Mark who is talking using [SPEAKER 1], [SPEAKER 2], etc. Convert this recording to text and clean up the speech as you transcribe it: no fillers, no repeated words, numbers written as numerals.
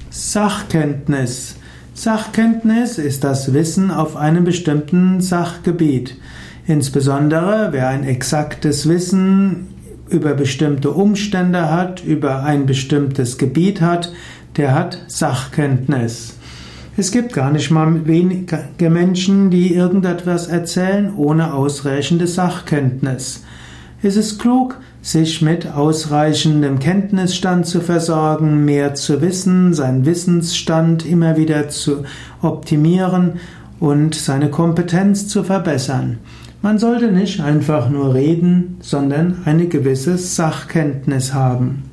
[SPEAKER 1] Sachkenntnis. Sachkenntnis ist das Wissen auf einem bestimmten Sachgebiet. Insbesondere wer ein exaktes Wissen über bestimmte Umstände hat, über ein bestimmtes Gebiet hat, der hat Sachkenntnis. Es gibt gar nicht mal wenige Menschen, die irgendetwas erzählen ohne ausreichende Sachkenntnis. Es ist klug, sich mit ausreichendem Kenntnisstand zu versorgen, mehr zu wissen, seinen Wissensstand immer wieder zu optimieren und seine Kompetenz zu verbessern. Man sollte nicht einfach nur reden, sondern eine gewisse Sachkenntnis haben.